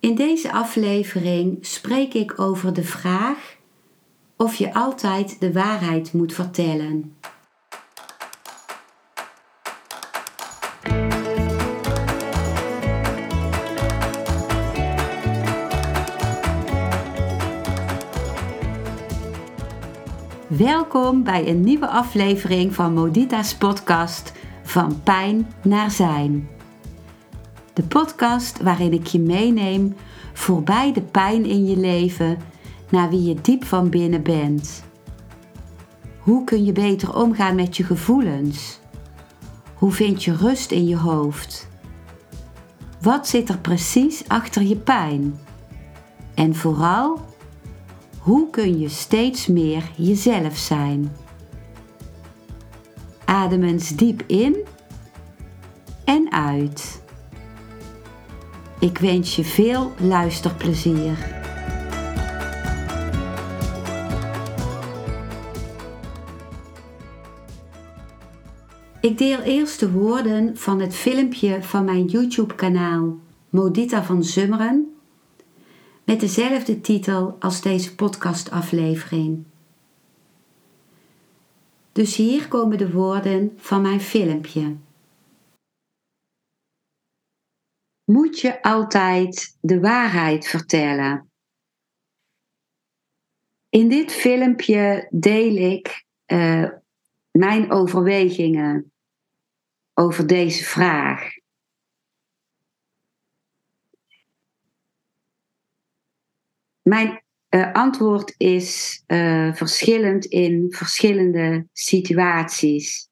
In deze aflevering spreek ik over de vraag of je altijd de waarheid moet vertellen. Welkom bij een nieuwe aflevering van Modita's podcast Van Pijn naar Zijn. De podcast waarin ik je meeneem voorbij de pijn in je leven naar wie je diep van binnen bent. Hoe kun je beter omgaan met je gevoelens? Hoe vind je rust in je hoofd? Wat zit er precies achter je pijn? En vooral, hoe kun je steeds meer jezelf zijn? Adem eens diep in en uit. Ik wens je veel luisterplezier. Ik deel eerst de woorden van het filmpje van mijn YouTube-kanaal Modita van Zummeren met dezelfde titel als deze podcastaflevering. Dus hier komen de woorden van mijn filmpje. Moet je altijd de waarheid vertellen? In dit filmpje deel ik mijn overwegingen over deze vraag. Mijn antwoord is verschillend in verschillende situaties.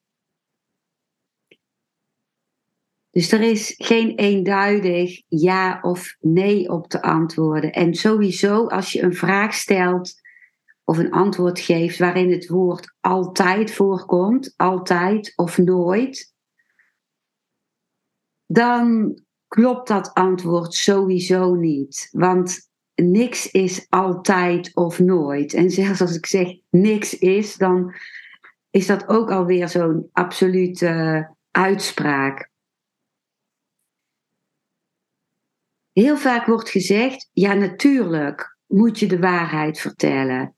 Dus er is geen eenduidig ja of nee op te antwoorden. En sowieso als je een vraag stelt of een antwoord geeft waarin het woord altijd voorkomt, altijd of nooit, dan klopt dat antwoord sowieso niet. Want niks is altijd of nooit. En zelfs als ik zeg niks is, dan is dat ook alweer zo'n absolute uitspraak. Heel vaak wordt gezegd, ja natuurlijk moet je de waarheid vertellen.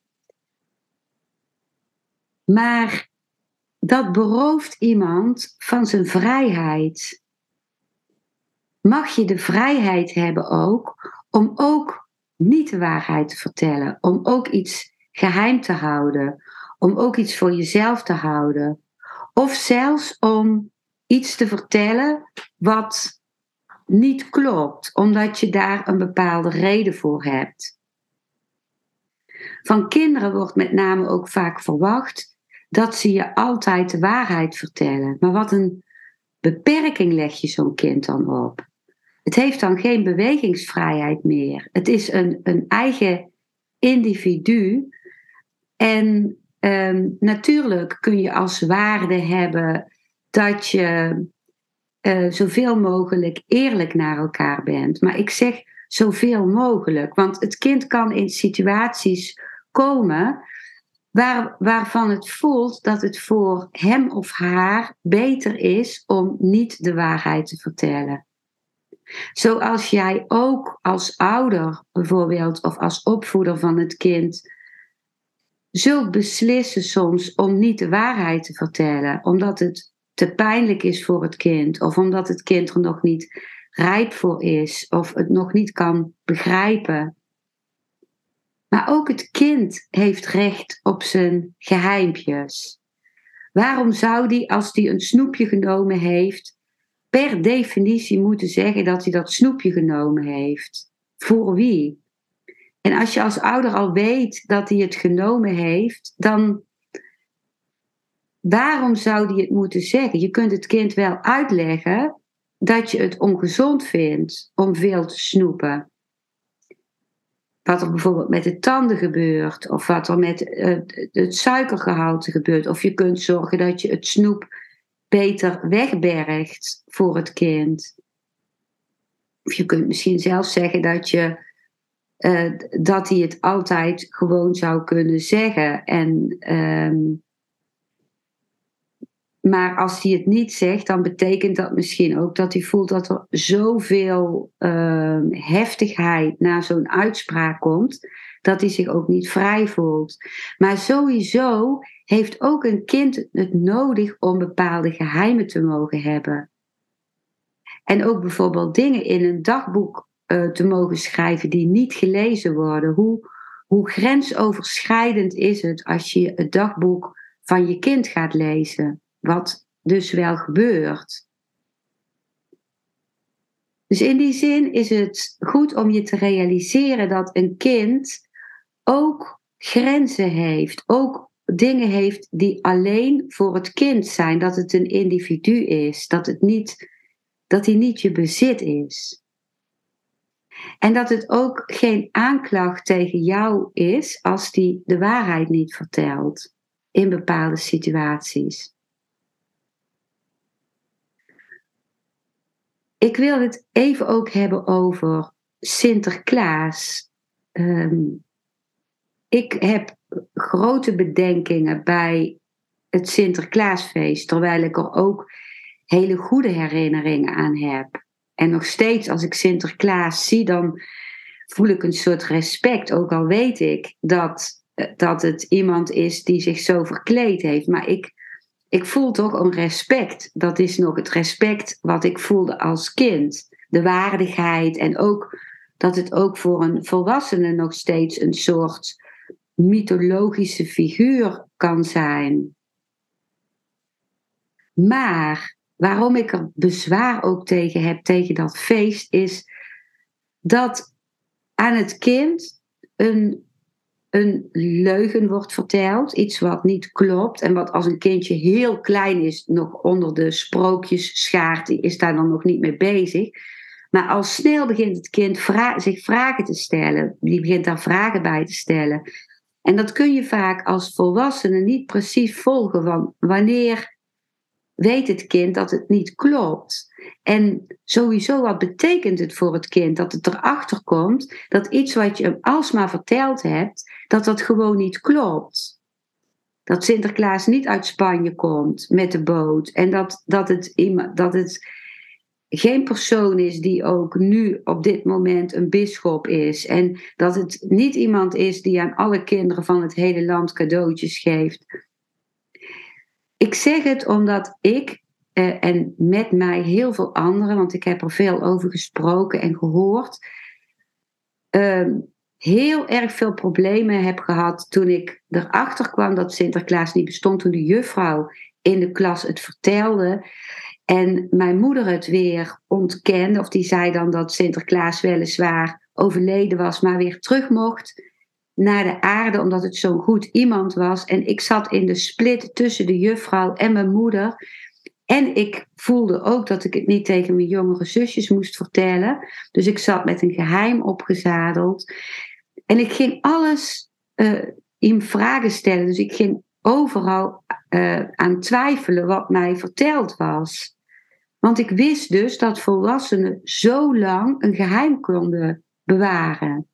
Maar dat berooft iemand van zijn vrijheid. Mag je de vrijheid hebben om ook niet de waarheid te vertellen, om ook iets geheim te houden, om ook iets voor jezelf te houden. Of zelfs om iets te vertellen wat niet klopt, omdat je daar een bepaalde reden voor hebt. Van kinderen wordt met name ook vaak verwacht dat ze je altijd de waarheid vertellen. Maar wat een beperking leg je zo'n kind dan op? Het heeft dan geen bewegingsvrijheid meer. Het is een eigen individu. En natuurlijk kun je als waarde hebben dat je zoveel mogelijk eerlijk naar elkaar bent. Maar ik zeg zoveel mogelijk. Want het kind kan in situaties komen waarvan het voelt dat het voor hem of haar beter is om niet de waarheid te vertellen. Zoals jij ook als ouder bijvoorbeeld of als opvoeder van het kind zult beslissen soms om niet de waarheid te vertellen, omdat het te pijnlijk is voor het kind of omdat het kind er nog niet rijp voor is of het nog niet kan begrijpen. Maar ook het kind heeft recht op zijn geheimpjes. Waarom zou die, als die een snoepje genomen heeft, per definitie moeten zeggen dat hij dat snoepje genomen heeft? Voor wie? En als je als ouder al weet dat hij het genomen heeft, dan waarom zou hij het moeten zeggen? Je kunt het kind wel uitleggen dat je het ongezond vindt om veel te snoepen. Wat er bijvoorbeeld met de tanden gebeurt, of wat er met het suikergehalte gebeurt. Of je kunt zorgen dat je het snoep beter wegbergt voor het kind. Of je kunt misschien zelfs zeggen dat hij het altijd gewoon zou kunnen zeggen. En Maar als hij het niet zegt, dan betekent dat misschien ook dat hij voelt dat er zoveel heftigheid na zo'n uitspraak komt, dat hij zich ook niet vrij voelt. Maar sowieso heeft ook een kind het nodig om bepaalde geheimen te mogen hebben. En ook bijvoorbeeld dingen in een dagboek te mogen schrijven die niet gelezen worden. Hoe grensoverschrijdend is het als je het dagboek van je kind gaat lezen? Wat dus wel gebeurt. Dus in die zin is het goed om je te realiseren dat een kind ook grenzen heeft. Ook dingen heeft die alleen voor het kind zijn. Dat het een individu is. Dat hij niet je bezit is. En dat het ook geen aanklacht tegen jou is als die de waarheid niet vertelt in bepaalde situaties. Ik wil het even ook hebben over Sinterklaas. Ik heb grote bedenkingen bij het Sinterklaasfeest, terwijl ik er ook hele goede herinneringen aan heb. En nog steeds als ik Sinterklaas zie, dan voel ik een soort respect. Ook al weet ik dat het iemand is die zich zo verkleed heeft. Maar ik voel toch een respect. Dat is nog het respect wat ik voelde als kind. De waardigheid en ook dat het ook voor een volwassene nog steeds een soort mythologische figuur kan zijn. Maar waarom ik er bezwaar ook tegen heb, tegen dat feest, is dat aan het kind een leugen wordt verteld. Iets wat niet klopt en wat als een kindje heel klein is, nog onder de sprookjes schaart, die is daar dan nog niet mee bezig. Maar al snel begint het kind zich vragen te stellen. Die begint daar vragen bij te stellen. En dat kun je vaak als volwassene niet precies volgen. Van wanneer weet het kind dat het niet klopt? En sowieso, wat betekent het voor het kind dat het erachter komt dat iets wat je hem alsmaar verteld hebt, dat gewoon niet klopt? Dat Sinterklaas niet uit Spanje komt met de boot. En dat het geen persoon is die ook nu op dit moment een bisschop is. En dat het niet iemand is die aan alle kinderen van het hele land cadeautjes geeft. Ik zeg het omdat ik, en met mij heel veel anderen, want ik heb er veel over gesproken en gehoord, heel erg veel problemen heb gehad toen ik erachter kwam dat Sinterklaas niet bestond. Toen de juffrouw in de klas het vertelde en mijn moeder het weer ontkende, of die zei dan dat Sinterklaas weliswaar overleden was, maar weer terug mocht naar de aarde, omdat het zo'n goed iemand was. En ik zat in de split tussen de juffrouw en mijn moeder. En ik voelde ook dat ik het niet tegen mijn jongere zusjes moest vertellen. Dus ik zat met een geheim opgezadeld. En ik ging alles in vragen stellen. Dus ik ging overal aan twijfelen wat mij verteld was. Want ik wist dus dat volwassenen zo lang een geheim konden bewaren.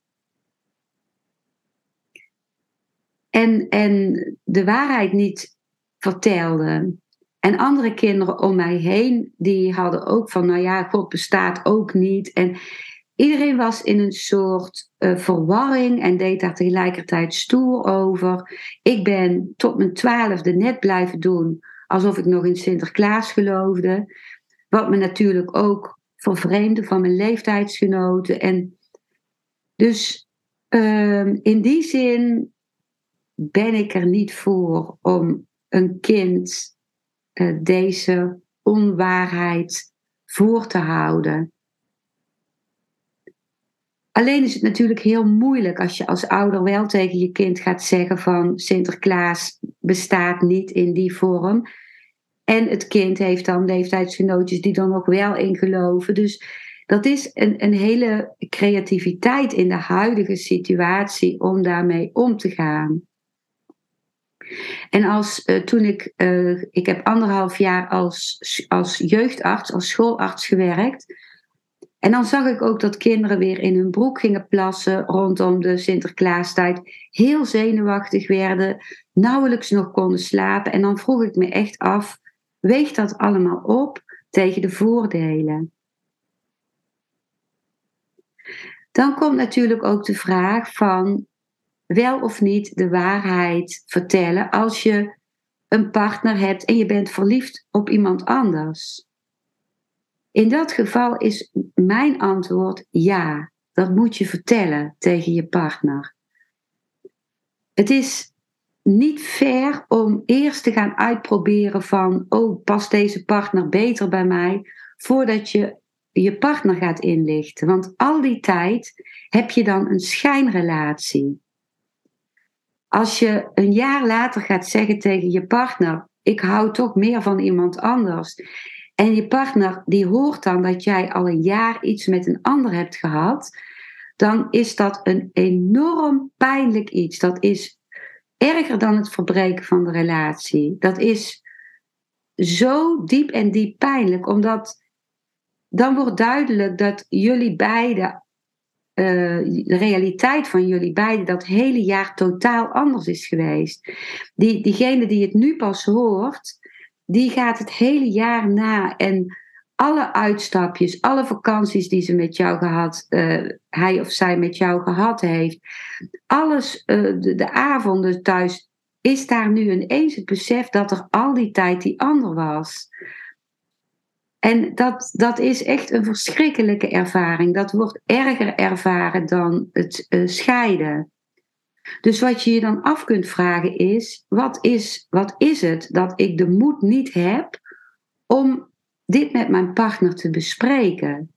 En de waarheid niet vertelden. En andere kinderen om mij heen, die hadden ook van, nou ja, God bestaat ook niet. En iedereen was in een soort verwarring en deed daar tegelijkertijd stoer over. Ik ben tot mijn 12e net blijven doen alsof ik nog in Sinterklaas geloofde. Wat me natuurlijk ook vervreemde van mijn leeftijdsgenoten. En dus in die zin ben ik er niet voor om een kind deze onwaarheid voor te houden. Alleen is het natuurlijk heel moeilijk als je als ouder wel tegen je kind gaat zeggen van Sinterklaas bestaat niet in die vorm. En het kind heeft dan leeftijdsgenootjes die er nog wel in geloven. Dus dat is een hele creativiteit in de huidige situatie om daarmee om te gaan. En toen ik heb 1,5 jaar als jeugdarts, als schoolarts gewerkt. En dan zag ik ook dat kinderen weer in hun broek gingen plassen rondom de Sinterklaastijd. Heel zenuwachtig werden, nauwelijks nog konden slapen. En dan vroeg ik me echt af, Weeg dat allemaal op tegen de voordelen. Dan komt natuurlijk ook de vraag van wel of niet de waarheid vertellen als je een partner hebt en je bent verliefd op iemand anders. In dat geval is mijn antwoord ja, dat moet je vertellen tegen je partner. Het is niet fair om eerst te gaan uitproberen van, oh, past deze partner beter bij mij, voordat je je partner gaat inlichten. Want al die tijd heb je dan een schijnrelatie. Als je een jaar later gaat zeggen tegen je partner, ik hou toch meer van iemand anders. En je partner die hoort dan dat jij al een jaar iets met een ander hebt gehad, dan is dat een enorm pijnlijk iets. Dat is erger dan het verbreken van de relatie. Dat is zo diep en diep pijnlijk, omdat dan wordt duidelijk dat jullie beiden, de realiteit van jullie beiden dat hele jaar totaal anders is geweest. Diegene die het nu pas hoort, die gaat het hele jaar na en alle uitstapjes, alle vakanties die ze met jou gehad, hij of zij met jou gehad heeft, alles, de avonden thuis, is daar nu ineens het besef dat er al die tijd die ander was. En dat is echt een verschrikkelijke ervaring. Dat wordt erger ervaren dan het scheiden. Dus wat je je dan af kunt vragen is, wat is het dat ik de moed niet heb om dit met mijn partner te bespreken?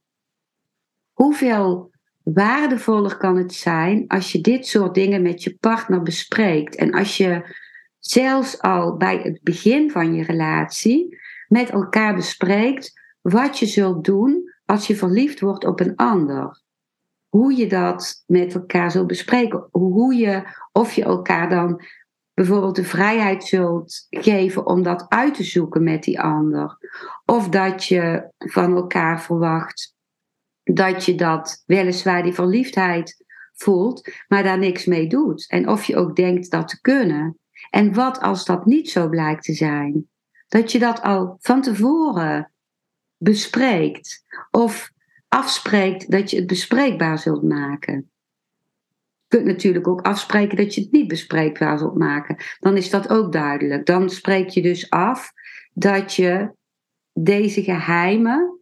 Hoeveel waardevoller kan het zijn als je dit soort dingen met je partner bespreekt? En als je zelfs al bij het begin van je relatie met elkaar bespreekt wat je zult doen als je verliefd wordt op een ander. Hoe je dat met elkaar zult bespreken. Of je elkaar dan bijvoorbeeld de vrijheid zult geven om dat uit te zoeken met die ander. Of dat je van elkaar verwacht dat je dat weliswaar die verliefdheid voelt, maar daar niks mee doet. En of je ook denkt dat te kunnen. En wat als dat niet zo blijkt te zijn? Dat je dat al van tevoren bespreekt. Of afspreekt dat je het bespreekbaar zult maken. Je kunt natuurlijk ook afspreken dat je het niet bespreekbaar zult maken. Dan is dat ook duidelijk. Dan spreek je dus af dat je deze geheimen,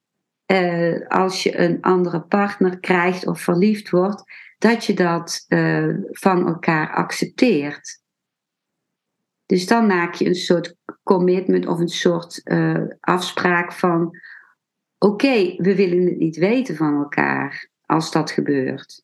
als je een andere partner krijgt of verliefd wordt, dat je dat van elkaar accepteert. Dus dan maak je een soort commitment of een soort afspraak van, oké, we willen het niet weten van elkaar als dat gebeurt.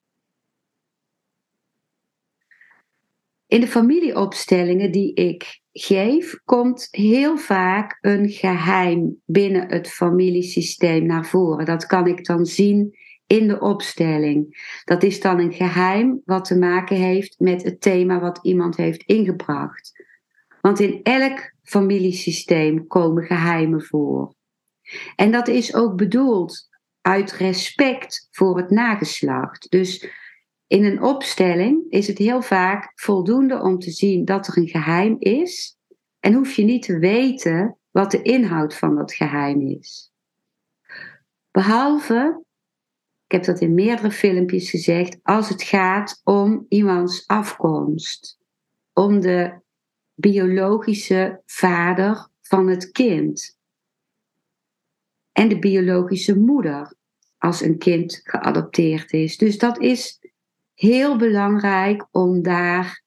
In de familieopstellingen die ik geef, komt heel vaak een geheim binnen het familiesysteem naar voren. Dat kan ik dan zien in de opstelling. Dat is dan een geheim wat te maken heeft met het thema wat iemand heeft ingebracht. Want in elk familiesysteem komen geheimen voor. En dat is ook bedoeld uit respect voor het nageslacht. Dus in een opstelling is het heel vaak voldoende om te zien dat er een geheim is. En hoef je niet te weten wat de inhoud van dat geheim is. Behalve, ik heb dat in meerdere filmpjes gezegd, als het gaat om iemands afkomst. Om de biologische vader van het kind. En de biologische moeder als een kind geadopteerd is. Dus dat is heel belangrijk om daar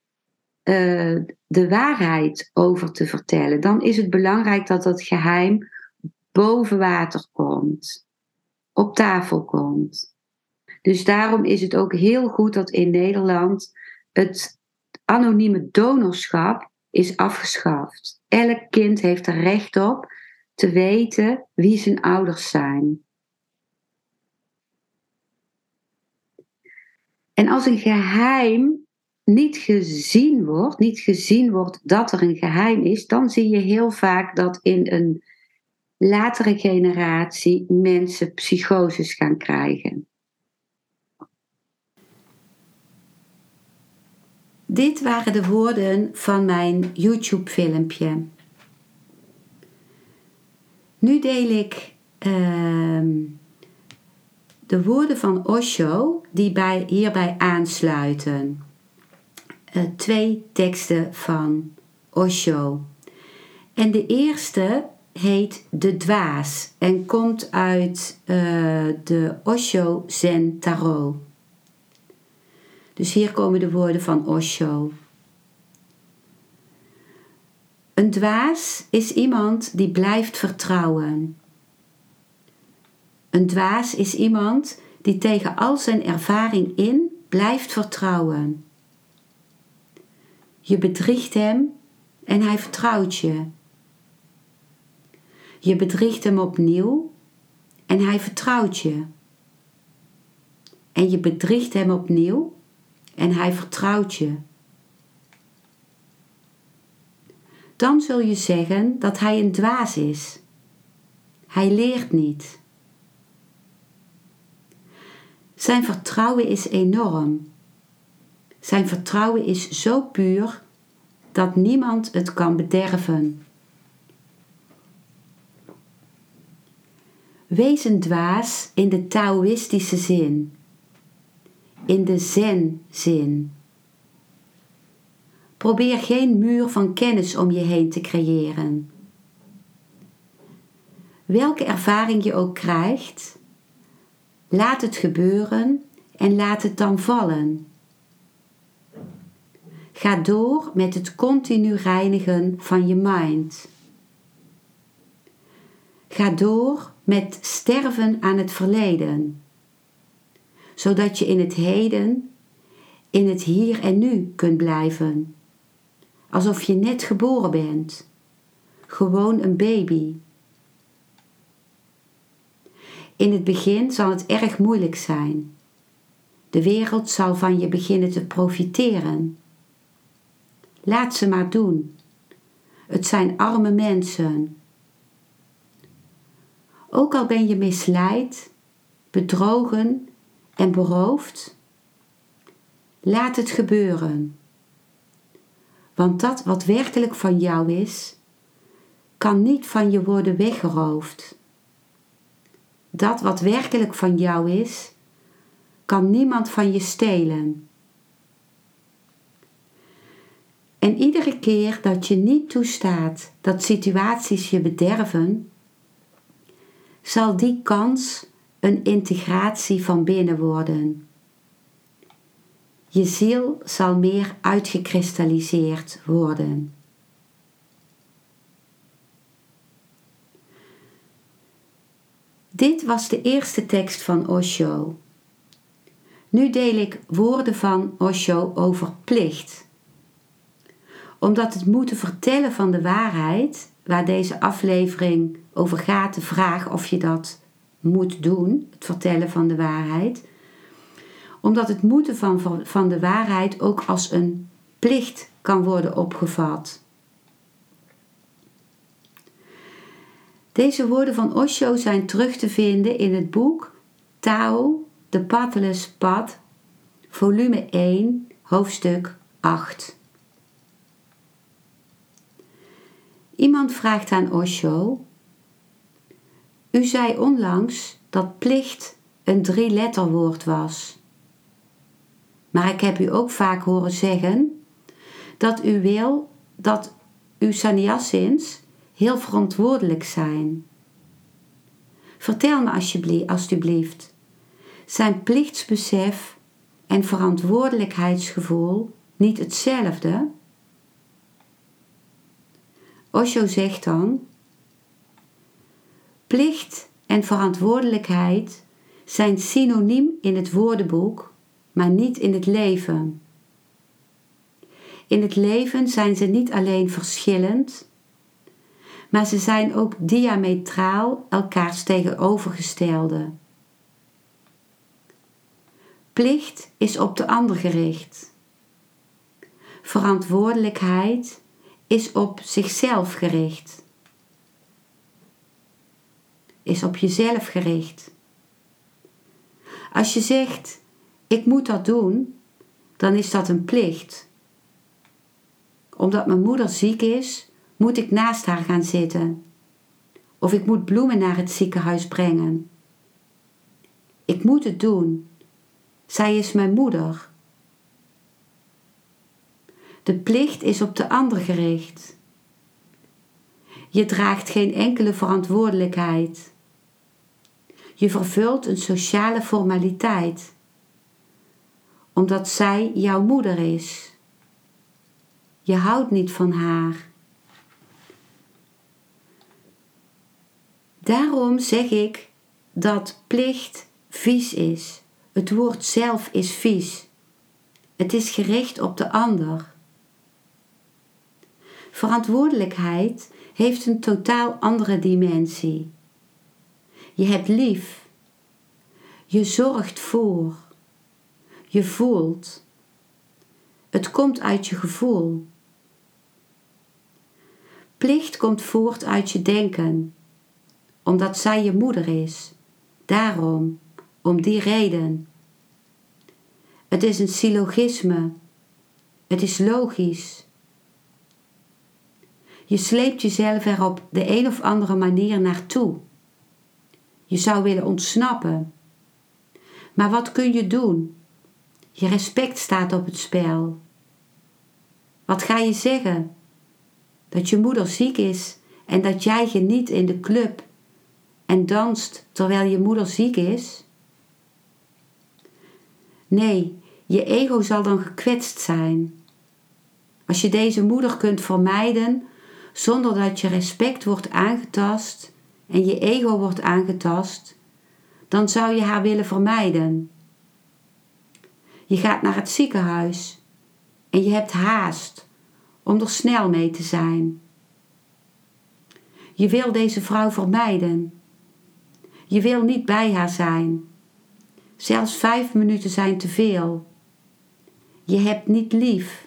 de waarheid over te vertellen. Dan is het belangrijk dat dat geheim boven water komt. Op tafel komt. Dus daarom is het ook heel goed dat in Nederland het anonieme donorschap is afgeschaft. Elk kind heeft er recht op te weten wie zijn ouders zijn. En als een geheim niet gezien wordt dat er een geheim is, dan zie je heel vaak dat in een latere generatie mensen psychoses gaan krijgen. Dit waren de woorden van mijn YouTube-filmpje. Nu deel ik de woorden van Osho die hierbij aansluiten. 2 teksten van Osho. En de eerste heet De Dwaas en komt uit de Osho Zen Tarot. Dus hier komen de woorden van Osho. Een dwaas is iemand die blijft vertrouwen. Een dwaas is iemand die tegen al zijn ervaring in blijft vertrouwen. Je bedriegt hem en hij vertrouwt je. Je bedriegt hem opnieuw en hij vertrouwt je. En je bedriegt hem opnieuw en hij vertrouwt je. Dan zul je zeggen dat hij een dwaas is. Hij leert niet. Zijn vertrouwen is enorm. Zijn vertrouwen is zo puur dat niemand het kan bederven. Wees een dwaas in de Taoïstische zin, in de Zen-zin. Probeer geen muur van kennis om je heen te creëren. Welke ervaring je ook krijgt, laat het gebeuren en laat het dan vallen. Ga door met het continu reinigen van je mind. Ga door met sterven aan het verleden, zodat je in het heden, in het hier en nu kunt blijven. Alsof je net geboren bent, gewoon een baby. In het begin zal het erg moeilijk zijn. De wereld zal van je beginnen te profiteren. Laat ze maar doen. Het zijn arme mensen. Ook al ben je misleid, bedrogen en beroofd, laat het gebeuren. Want dat wat werkelijk van jou is, kan niet van je worden weggeroofd. Dat wat werkelijk van jou is, kan niemand van je stelen. En iedere keer dat je niet toestaat dat situaties je bederven, zal die kans een integratie van binnen worden. Je ziel zal meer uitgekristalliseerd worden. Dit was de eerste tekst van Osho. Nu deel ik woorden van Osho over plicht. Omdat het moeten vertellen van de waarheid, waar deze aflevering over gaat, de vraag of je dat moet doen, het vertellen van de waarheid. Omdat het moeten van de waarheid ook als een plicht kan worden opgevat. Deze woorden van Osho zijn terug te vinden in het boek Tao, The Pathless Path, volume 1, hoofdstuk 8. Iemand vraagt aan Osho: U zei onlangs dat plicht een 3-letterwoord was. Maar ik heb u ook vaak horen zeggen dat u wil dat uw sannyasins heel verantwoordelijk zijn. Vertel me alsjeblieft, zijn plichtsbesef en verantwoordelijkheidsgevoel niet hetzelfde? Osho zegt dan: plicht en verantwoordelijkheid zijn synoniem in het woordenboek, maar niet in het leven. In het leven zijn ze niet alleen verschillend, maar ze zijn ook diametraal elkaars tegenovergestelde. Plicht is op de ander gericht. Verantwoordelijkheid is op zichzelf gericht. Is op jezelf gericht. Als je zegt, ik moet dat doen, dan is dat een plicht. Omdat mijn moeder ziek is, moet ik naast haar gaan zitten. Of ik moet bloemen naar het ziekenhuis brengen. Ik moet het doen. Zij is mijn moeder. De plicht is op de ander gericht. Je draagt geen enkele verantwoordelijkheid. Je vervult een sociale formaliteit, omdat zij jouw moeder is. Je houdt niet van haar. Daarom zeg ik dat plicht vies is. Het woord zelf is vies. Het is gericht op de ander. Verantwoordelijkheid heeft een totaal andere dimensie. Je hebt lief. Je zorgt voor. Je voelt. Het komt uit je gevoel. Plicht komt voort uit je denken, omdat zij je moeder is. Daarom, om die reden. Het is een syllogisme. Het is logisch. Je sleept jezelf er op de een of andere manier naartoe. Je zou willen ontsnappen. Maar wat kun je doen? Je respect staat op het spel. Wat ga je zeggen? Dat je moeder ziek is en dat jij geniet in de club en danst terwijl je moeder ziek is? Nee, je ego zal dan gekwetst zijn. Als je deze moeder kunt vermijden zonder dat je respect wordt aangetast en je ego wordt aangetast, dan zou je haar willen vermijden. Je gaat naar het ziekenhuis en je hebt haast om er snel mee te zijn. Je wil deze vrouw vermijden. Je wil niet bij haar zijn. Zelfs 5 minuten zijn te veel. Je hebt niet lief.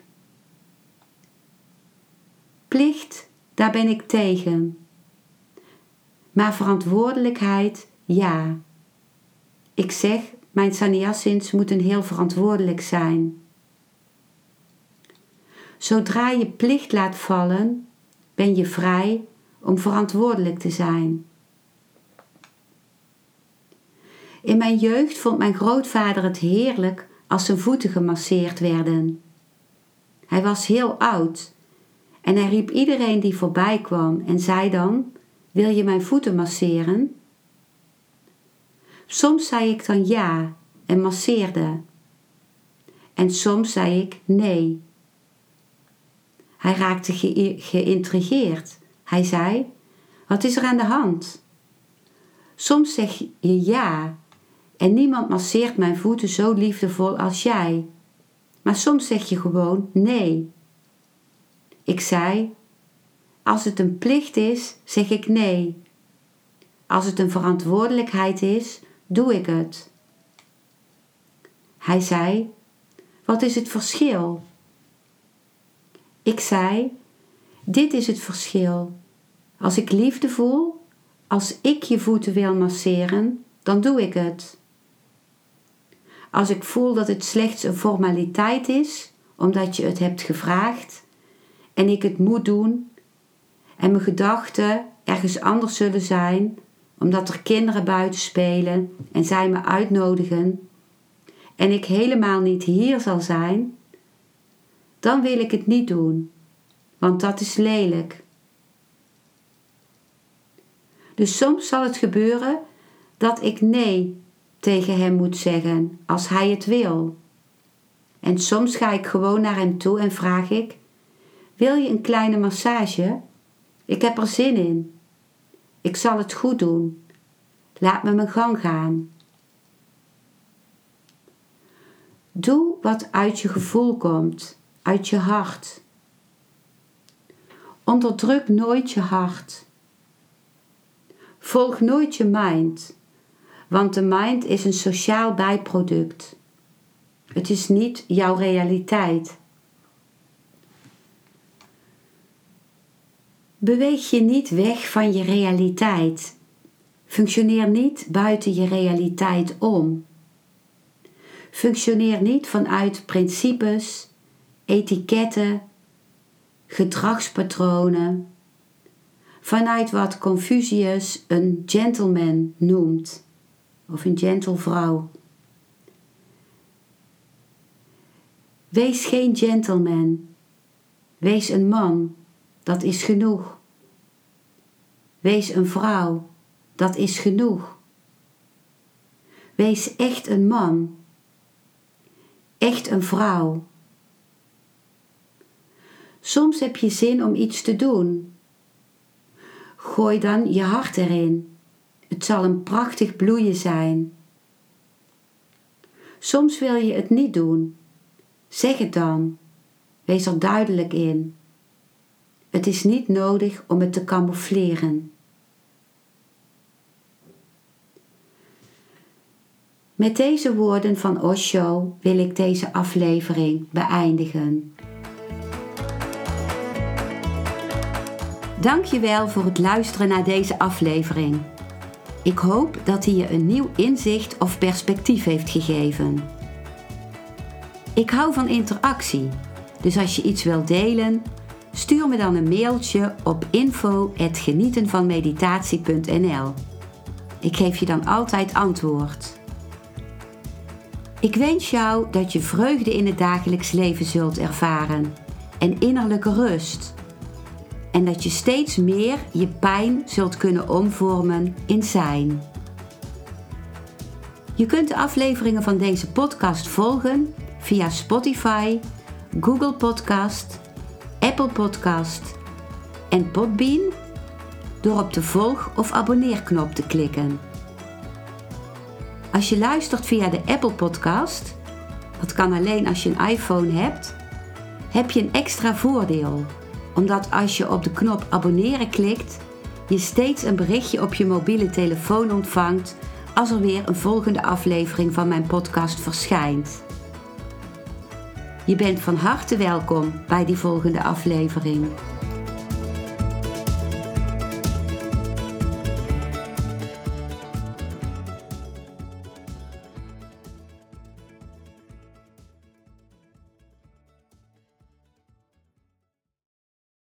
Plicht, daar ben ik tegen. Maar verantwoordelijkheid, ja. Ik zeg, mijn sannyasins moeten heel verantwoordelijk zijn. Zodra je plicht laat vallen, ben je vrij om verantwoordelijk te zijn. In mijn jeugd vond mijn grootvader het heerlijk als zijn voeten gemasseerd werden. Hij was heel oud en hij riep iedereen die voorbij kwam en zei dan: wil je mijn voeten masseren? Soms zei ik dan ja en masseerde. En soms zei ik nee. Hij raakte geïntrigeerd. Hij zei: wat is er aan de hand? Soms zeg je ja en niemand masseert mijn voeten zo liefdevol als jij. Maar soms zeg je gewoon nee. Ik zei: als het een plicht is, zeg ik nee. Als het een verantwoordelijkheid is, doe ik het. Hij zei: wat is het verschil? Ik zei: dit is het verschil. Als ik liefde voel, als ik je voeten wil masseren, dan doe ik het. Als ik voel dat het slechts een formaliteit is, omdat je het hebt gevraagd, en ik het moet doen, en mijn gedachten ergens anders zullen zijn, omdat er kinderen buiten spelen en zij me uitnodigen, en ik helemaal niet hier zal zijn, dan wil ik het niet doen, want dat is lelijk. Dus soms zal het gebeuren dat ik nee tegen hem moet zeggen als hij het wil. En soms ga ik gewoon naar hem toe en vraag ik: wil je een kleine massage? Ik heb er zin in. Ik zal het goed doen. Laat me mijn gang gaan. Doe wat uit je gevoel komt, uit je hart. Onderdruk nooit je hart. Volg nooit je mind, want de mind is een sociaal bijproduct. Het is niet jouw realiteit. Beweeg je niet weg van je realiteit. Functioneer niet buiten je realiteit om. Functioneer niet vanuit principes, etiketten, gedragspatronen. vanuit wat Confucius een gentleman noemt, of een gentlevrouw. Wees geen gentleman, wees een man, dat is genoeg. Wees een vrouw, dat is genoeg. Wees echt een man, echt een vrouw. Soms heb je zin om iets te doen. Gooi dan je hart erin. Het zal een prachtig bloeien zijn. Soms wil je het niet doen. Zeg het dan. Wees er duidelijk in. Het is niet nodig om het te camoufleren. Met deze woorden van Osho wil ik deze aflevering beëindigen. Dankjewel voor het luisteren naar deze aflevering. Ik hoop dat hij je een nieuw inzicht of perspectief heeft gegeven. Ik hou van interactie, dus als je iets wilt delen, stuur me dan een mailtje op info@genietenvanmeditatie.nl. Ik geef je dan altijd antwoord. Ik wens jou dat je vreugde in het dagelijks leven zult ervaren en innerlijke rust. En dat je steeds meer je pijn zult kunnen omvormen in zijn. Je kunt de afleveringen van deze podcast volgen via Spotify, Google Podcast, Apple Podcast en Podbean door op de volg- of abonneerknop te klikken. Als je luistert via de Apple Podcast, dat kan alleen als je een iPhone hebt, heb je een extra voordeel. Omdat als je op de knop abonneren klikt, je steeds een berichtje op je mobiele telefoon ontvangt als er weer een volgende aflevering van mijn podcast verschijnt. Je bent van harte welkom bij die volgende aflevering.